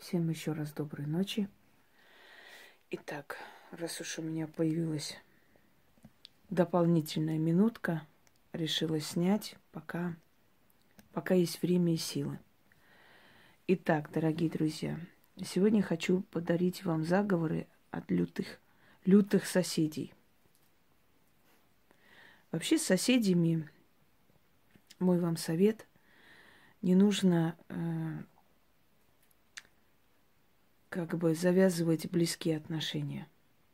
Всем еще раз доброй ночи. Итак, раз уж у меня появилась дополнительная минутка, решила снять, пока есть время и силы. Итак, дорогие друзья, сегодня хочу подарить вам заговоры от лютых соседей. Вообще с соседями, мой вам совет, не нужно завязывать близкие отношения.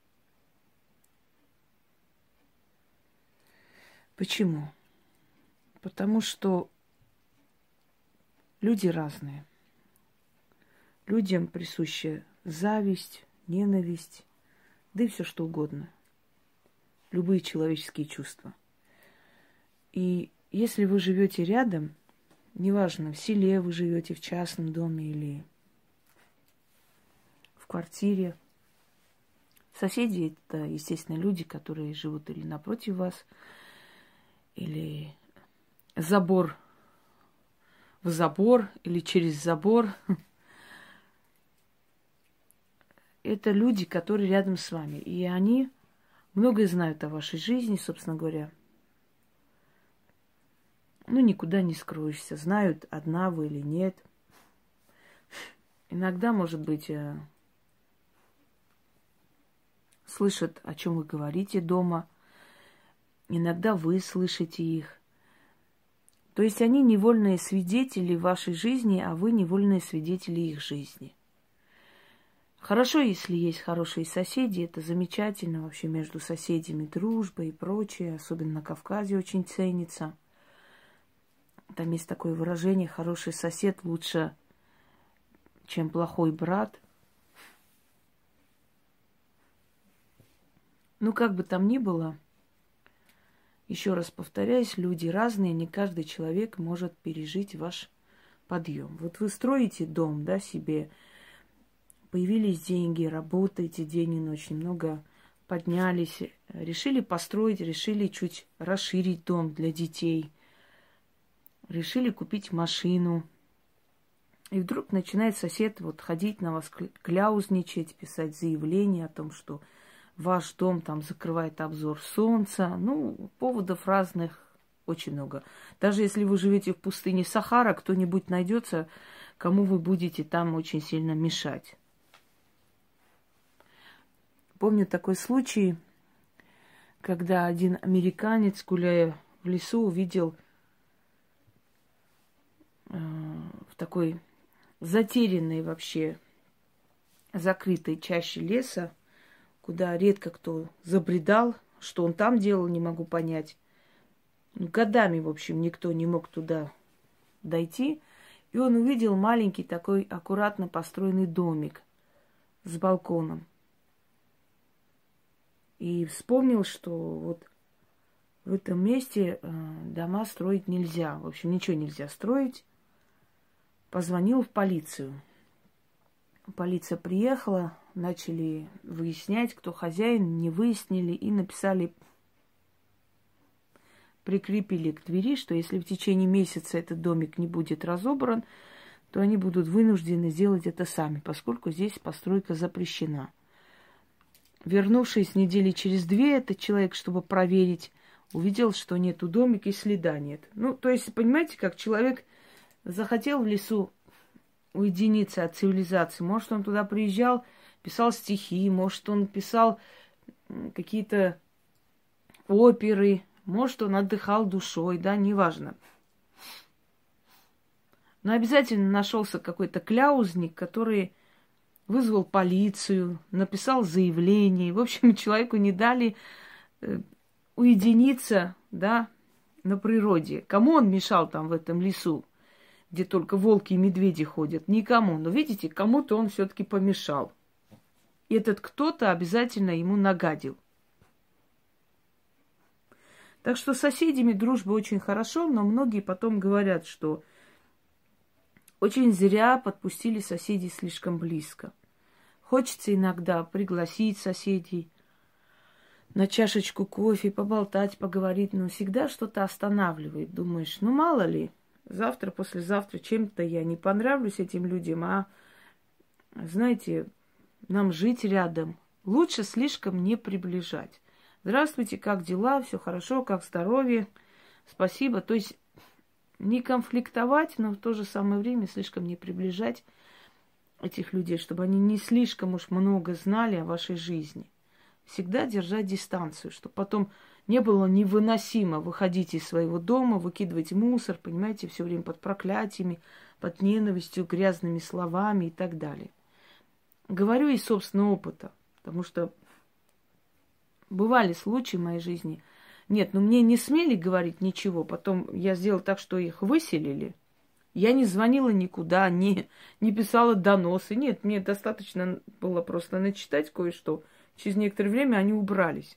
Почему? Потому что люди разные. Людям присуща зависть, ненависть, да и все что угодно. Любые человеческие чувства. И если вы живете рядом, неважно, в селе вы живете, в частном доме или в квартире, соседи – это, естественно, люди, которые живут или напротив вас, или забор в забор, или через забор. Это люди, которые рядом с вами. И они многое знают о вашей жизни, собственно говоря. Никуда не скроешься. Знают, одна вы или нет. Иногда, может быть, слышат, о чем вы говорите дома. Иногда вы слышите их. То есть они невольные свидетели вашей жизни, а вы невольные свидетели их жизни. Хорошо, если есть хорошие соседи, это замечательно. Вообще между соседями дружба и прочее, особенно на Кавказе очень ценится. Там есть такое выражение: хороший сосед лучше, чем плохой брат. Как бы там ни было, еще раз повторяюсь, люди разные, не каждый человек может пережить ваш подъем. Вот вы строите дом, себе, появились деньги, работаете день и ночь, немного поднялись, решили построить, решили чуть расширить дом для детей, решили купить машину. И вдруг начинает сосед ходить на вас, кляузничать, писать заявление о том, что ваш дом там закрывает обзор солнца. Поводов разных очень много. Даже если вы живете в пустыне Сахара, кто-нибудь найдется, кому вы будете там очень сильно мешать. Помню такой случай, когда один американец, гуляя в лесу, увидел в такой затерянной вообще закрытой чаще леса, куда редко кто забредал, что он там делал, не могу понять. Годами, в общем, никто не мог туда дойти. И он увидел маленький такой аккуратно построенный домик с балконом. И вспомнил, что в этом месте дома строить нельзя. В общем, ничего нельзя строить. Позвонил в полицию. Полиция приехала, начали выяснять, кто хозяин, не выяснили и написали, прикрепили к двери, что если в течение месяца этот домик не будет разобран, то они будут вынуждены сделать это сами, поскольку здесь постройка запрещена. Вернувшись недели через 2, этот человек, чтобы проверить, увидел, что нету домика и следа нет. То есть, понимаете, как человек захотел в лесу уединиться от цивилизации. Может, он туда приезжал, писал стихи, может, он писал какие-то оперы, может, он отдыхал душой, неважно. Но обязательно нашелся какой-то кляузник, который вызвал полицию, написал заявление. В общем, человеку не дали уединиться, на природе. Кому он мешал там в этом лесу, где только волки и медведи ходят? Никому. Но видите, кому-то он все-таки помешал. И этот кто-то обязательно ему нагадил. Так что с соседями дружба очень хорошо, но многие потом говорят, что очень зря подпустили соседей слишком близко. Хочется иногда пригласить соседей на чашечку кофе, поболтать, поговорить, но всегда что-то останавливает. Думаешь, мало ли, завтра, послезавтра чем-то я не понравлюсь этим людям, а знаете, нам жить рядом. Лучше слишком не приближать. Здравствуйте, как дела? Все хорошо, как здоровье? Спасибо. То есть не конфликтовать, но в то же самое время слишком не приближать этих людей, чтобы они не слишком уж много знали о вашей жизни. Всегда держать дистанцию, чтобы потом не было невыносимо выходить из своего дома, выкидывать мусор, понимаете, все время под проклятиями, под ненавистью, грязными словами и так далее. Говорю из собственного опыта, потому что бывали случаи в моей жизни. Нет, ну мне не смели говорить ничего, потом я сделала так, что их выселили. Я не звонила никуда, не писала доносы. Нет, мне достаточно было просто начитать кое-что. Через некоторое время они убрались.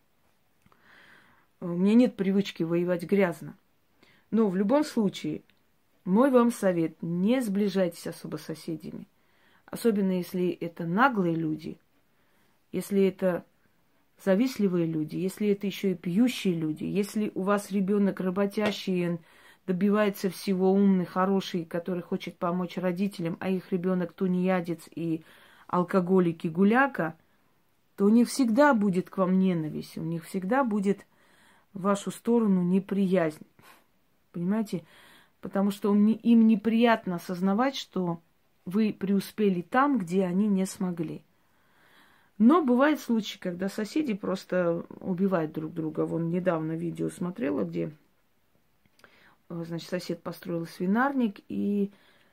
У меня нет привычки воевать грязно. Но в любом случае, мой вам совет, не сближайтесь особо с соседями. Особенно если это наглые люди, если это завистливые люди, если это еще и пьющие люди, если у вас ребенок работящий, он добивается всего, умный, хороший, который хочет помочь родителям, а их ребенок тунеядец и алкоголик и гуляка, то у них всегда будет к вам ненависть, у них всегда будет в вашу сторону неприязнь. Понимаете? Потому что им неприятно осознавать, что вы преуспели там, где они не смогли. Но бывают случаи, когда соседи просто убивают друг друга. Вон недавно видео смотрела, где, значит, сосед построил свинарник, и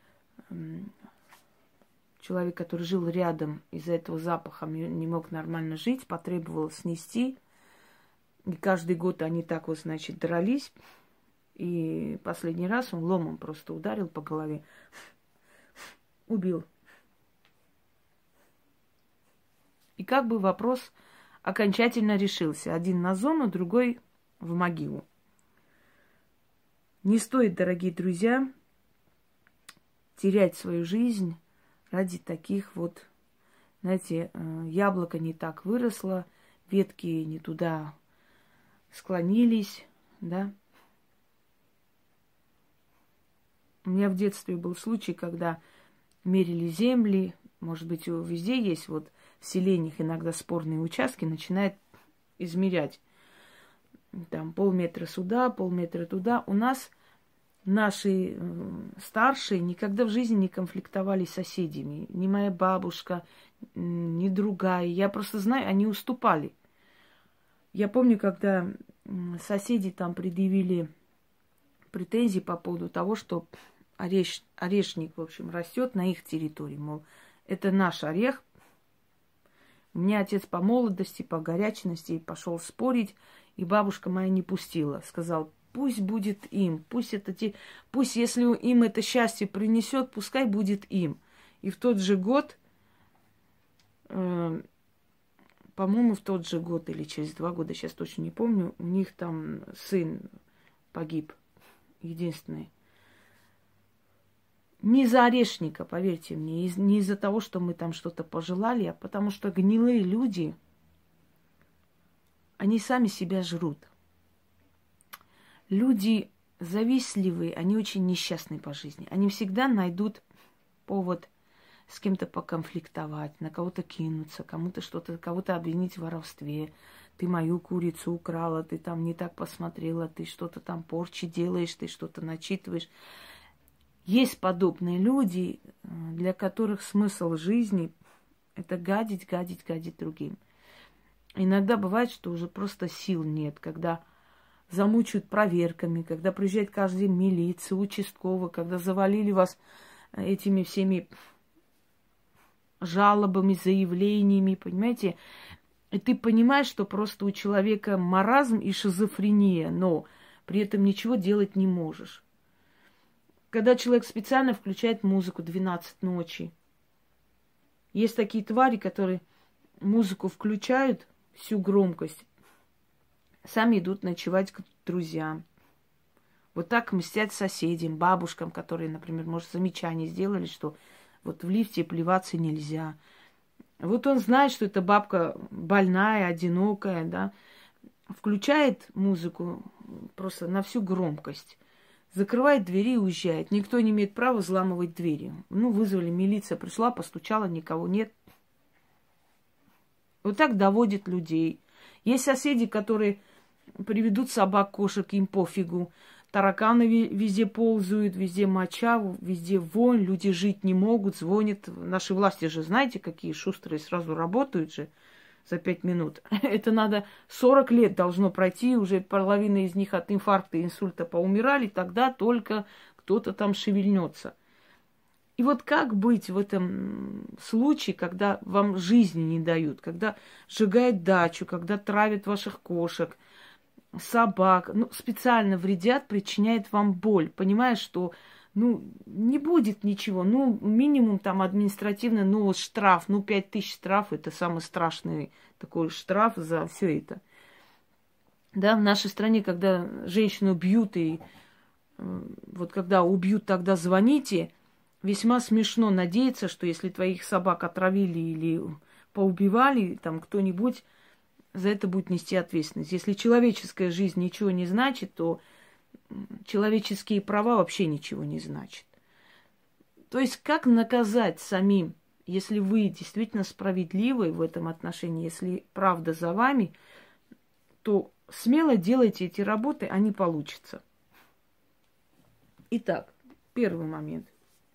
человек, который жил рядом, из-за этого запаха не мог нормально жить, потребовал снести. И каждый год они так вот, значит, дрались. И последний раз он ломом просто ударил по голове. Убил. И как бы вопрос окончательно решился. Один на зону, другой в могилу. Не стоит, дорогие друзья, терять свою жизнь ради таких вот, знаете, яблоко не так выросло, ветки не туда склонились, да. У меня в детстве был случай, когда мерили земли, может быть, везде есть вот в селениях иногда спорные участки, начинает измерять. Там полметра сюда, полметра туда. У нас наши старшие никогда в жизни не конфликтовали с соседями. Ни моя бабушка, ни другая. Я просто знаю, они уступали. Я помню, когда соседи там предъявили претензии по поводу того, что орешник, в общем, растет на их территории. Мол, это наш орех. У меня отец по молодости, по горячности пошел спорить, и бабушка моя не пустила. Сказал, пусть будет им, пусть если им это счастье принесет, пускай будет им. И в тот же год, по-моему, в тот же год или через 2 года, сейчас точно не помню, у них там сын погиб, единственный. Не из-за орешника, поверьте мне, не из-за того, что мы там что-то пожелали, а потому что гнилые люди, они сами себя жрут. Люди завистливые, они очень несчастны по жизни. Они всегда найдут повод с кем-то поконфликтовать, на кого-то кинуться, кому-то что-то, кого-то обвинить в воровстве. Ты мою курицу украла, ты там не так посмотрела, ты что-то там порчи делаешь, ты что-то начитываешь. Есть подобные люди, для которых смысл жизни – это гадить другим. Иногда бывает, что уже просто сил нет, когда замучают проверками, когда приезжает каждый день милиция, участковый, когда завалили вас этими всеми жалобами, заявлениями, понимаете? И ты понимаешь, что просто у человека маразм и шизофрения, но при этом ничего делать не можешь. Когда человек специально включает музыку 12 ночи. Есть такие твари, которые музыку включают, всю громкость, сами идут ночевать к друзьям. Вот так мстят соседям, бабушкам, которые, например, может, замечание сделали, что вот в лифте плеваться нельзя. Вот он знает, что эта бабка больная, одинокая, да, включает музыку просто на всю громкость. закрывает двери и уезжает. Никто не имеет права взламывать двери. Ну, вызвали, милиция пришла, постучала, никого нет. Вот так доводят людей. Есть соседи, которые приведут собак, кошек, им пофигу. Тараканы везде ползают, везде моча, везде вонь, люди жить не могут, звонят. Наши власти же, знаете, какие шустрые, сразу работают же за 5 минут. Это надо 40 лет должно пройти, уже половина из них от инфаркта и инсульта поумирали, тогда только кто-то там шевельнется. И вот как быть в этом случае, когда вам жизни не дают, когда сжигают дачу, когда травят ваших кошек, собак, ну, специально вредят, причиняют вам боль, понимая, что, ну, не будет ничего, ну, минимум там административно, ну, вот штраф, ну, 5000 штраф, это самый страшный такой штраф за все это. Да, в нашей стране, когда женщину бьют, и вот когда убьют, тогда звоните, весьма смешно надеяться, что если твоих собак отравили или поубивали, там кто-нибудь за это будет нести ответственность. Если человеческая жизнь ничего не значит, то человеческие права вообще ничего не значат. То есть как наказать самим, если вы действительно справедливы в этом отношении, если правда за вами, то смело делайте эти работы, они получатся. Итак, первый момент.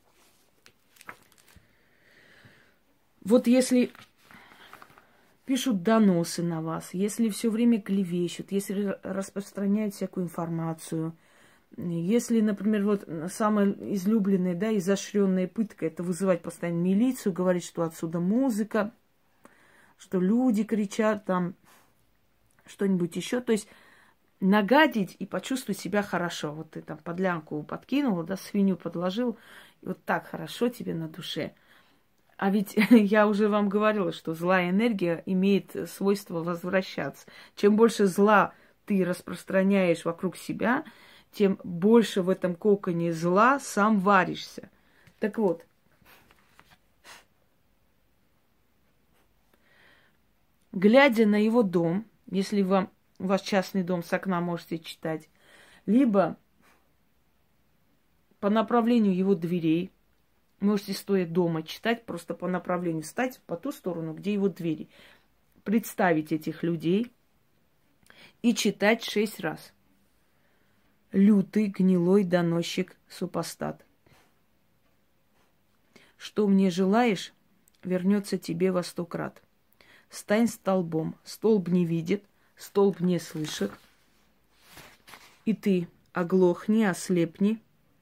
Вот если пишут доносы на вас, если все время клевещут, если распространяют всякую информацию, если, например, вот самая излюбленная, да, изощренная пытка — это вызывать постоянно милицию, говорить, что отсюда музыка, что люди кричат, там что-нибудь еще. То есть нагадить и почувствовать себя хорошо. Вот ты там подлянку подкинул, да, свинью подложил, и вот так хорошо тебе на душе. А ведь я уже вам говорила, что злая энергия имеет свойство возвращаться. Чем больше зла ты распространяешь вокруг себя, тем больше в этом коконе зла сам варишься. Так вот, глядя на его дом, если у вас частный дом, с окна можете читать, либо по направлению его дверей, можете, стоя дома, читать просто по направлению, встать по ту сторону, где его двери. Представить этих людей и читать 6 раз. Лютый, гнилой доносчик, супостат. Что мне желаешь, вернется тебе во 100 крат. Стань столбом, столб не видит, столб не слышит. И ты оглохни, ослепни,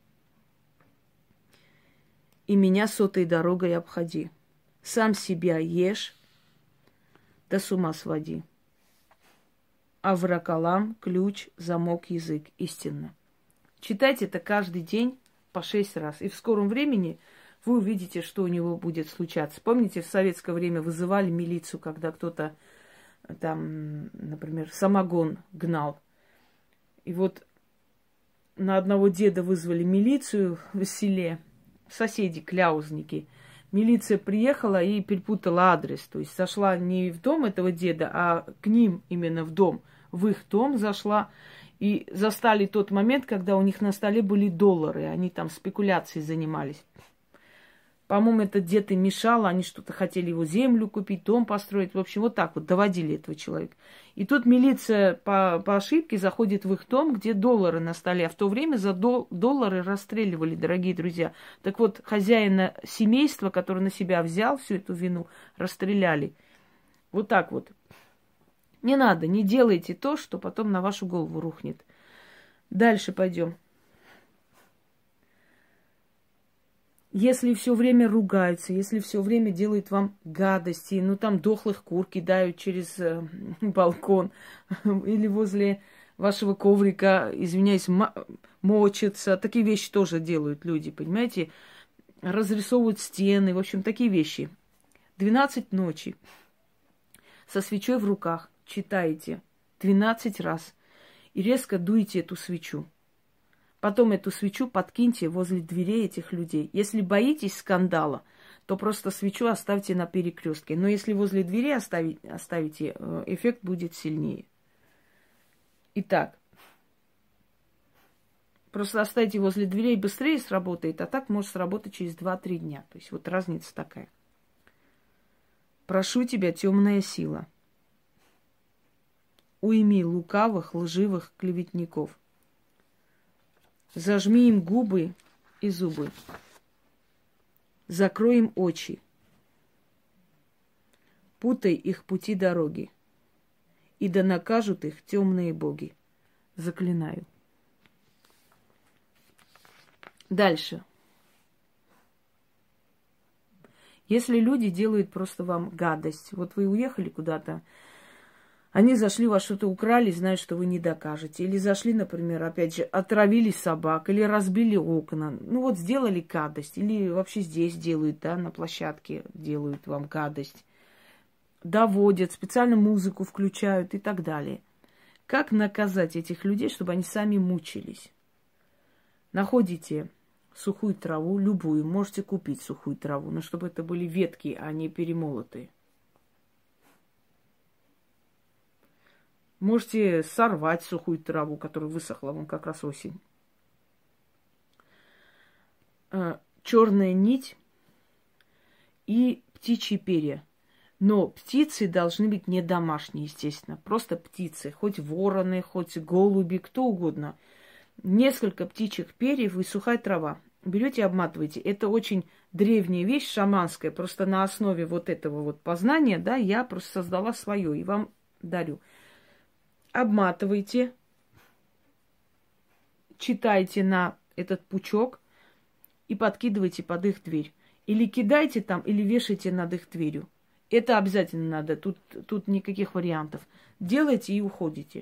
и меня 100-й дорогой обходи. Сам себя ешь, да с ума своди. Авракалам, ключ, замок, язык. Истинно. Читайте это каждый день по 6 раз. И в скором времени вы увидите, что у него будет случаться. Помните, в советское время вызывали милицию, когда кто-то там, например, самогон гнал. И вот на одного деда вызвали милицию в селе, соседи, кляузники. Милиция приехала и перепутала адрес. То есть зашла не в дом этого деда, а к ним именно в дом. В их дом зашла и застали тот момент, когда у них на столе были доллары. Они там спекуляцией занимались. По-моему, этот дед им мешал, они что-то хотели его землю купить, дом построить. В общем, вот так вот доводили этого человека. И тут милиция по ошибке заходит в их дом, где доллары на столе. А в то время за доллары расстреливали, дорогие друзья. Так вот, хозяина семейства, который на себя взял всю эту вину, расстреляли. Вот так вот. Не надо, не делайте то, что потом на вашу голову рухнет. Дальше пойдем. Если все время ругаются, если все время делают вам гадости, ну там дохлых кур кидают через балкон или возле вашего коврика, извиняюсь, мочатся, такие вещи тоже делают люди, понимаете? Разрисовывают стены, в общем, такие вещи. 12 ночи со свечой в руках читаете 12 раз и резко дуете эту свечу. Потом эту свечу подкиньте возле дверей этих людей. Если боитесь скандала, то просто свечу оставьте на перекрестке. Но если возле двери оставите, эффект будет сильнее. Итак, Просто оставьте возле дверей, быстрее сработает, а так может сработать через 2-3 дня. То есть вот разница такая. Прошу тебя, темная сила, уйми лукавых, лживых клеветников. Зажми им губы и зубы. Закрой им очи. Путай их пути дороги. И да накажут их темные боги. Заклинаю. Дальше. Если люди делают просто вам гадость, вот вы уехали куда-то, они зашли, у вас что-то украли, знают, что вы не докажете. Или зашли, например, опять же, отравили собак, или разбили окна. Ну вот сделали гадость. Или вообще здесь делают, да, на площадке делают вам гадость. Доводят, специально музыку включают и так далее. Как наказать этих людей, чтобы они сами мучились? Находите сухую траву, любую, можете купить сухую траву, но чтобы это были ветки, а не перемолотые. Можете сорвать сухую траву, которая высохла, вон как раз осень. Черная нить и птичьи перья. Но птицы должны быть не домашние, естественно. Просто птицы. Хоть вороны, хоть голуби, кто угодно. Несколько птичьих перьев и сухая трава. Берете и обматываете. Это очень древняя вещь, шаманская. Просто на основе вот этого вот познания, да, я просто создала свое и вам дарю. Обматывайте. Читайте на этот пучок и подкидывайте под их дверь. Или кидайте там, или вешайте над их дверью. Это обязательно надо, тут никаких вариантов. Делайте и уходите.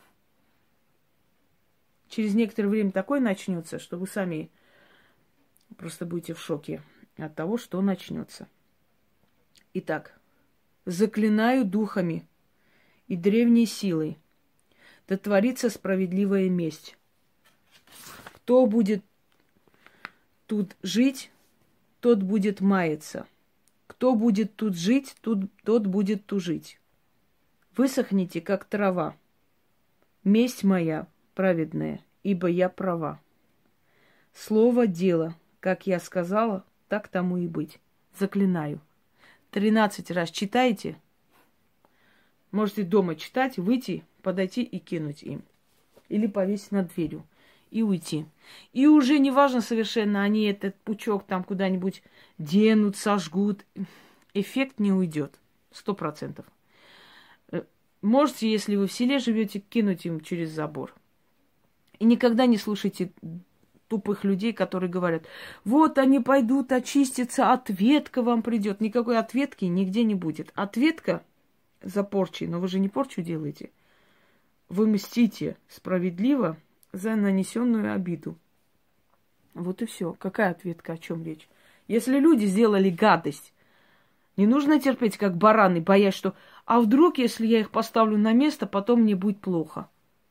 Через некоторое время такое начнется, что вы сами просто будете в шоке от того, что начнется. Итак, заклинаю духами и древней силой, да творится справедливая месть. Кто будет тут жить, тот будет маяться. Кто будет тут жить, тот будет тужить. Высохните, как трава. Месть моя праведная, ибо я права. Слово, дело, как я сказала, так тому и быть. Заклинаю. 13 раз читайте. Можете дома читать, выйти, подойти и кинуть им. Или повесить над дверью. И уйти. И уже не важно совершенно, они этот пучок там куда-нибудь денут, сожгут. Эффект не уйдет. 100%. Можете, если вы в селе живете, кинуть им через забор. И никогда не слушайте тупых людей, которые говорят, вот они пойдут очиститься, ответка вам придет. Никакой ответки нигде не будет. Ответка за порчей, но вы же не порчу делаете. Вы мстите справедливо за нанесенную обиду. Вот и все. Какая ответка, о чем речь? Если люди сделали гадость, не нужно терпеть, как бараны, боясь, что а вдруг, если я их поставлю на место, потом мне будет плохо.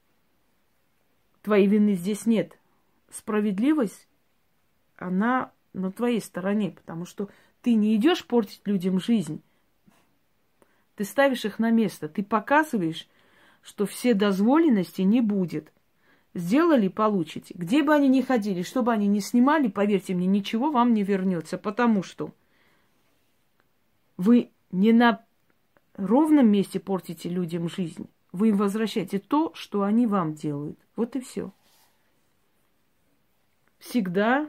Твоей вины здесь нет. Справедливость, она на твоей стороне, потому что ты не идешь портить людям жизнь. Ты ставишь их на место. Ты показываешь, что все дозволенности не будет. Сделали — получите. Где бы они ни ходили, что бы они ни снимали, поверьте мне, ничего вам не вернется, потому что вы не на ровном месте портите людям жизнь. Вы им возвращаете то, что они вам делают. Вот и все. Всегда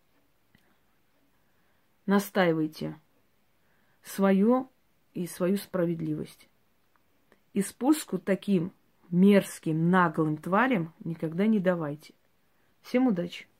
настаивайте свое и свою справедливость. И спуску таким мерзким, наглым тварям никогда не давайте. Всем удачи!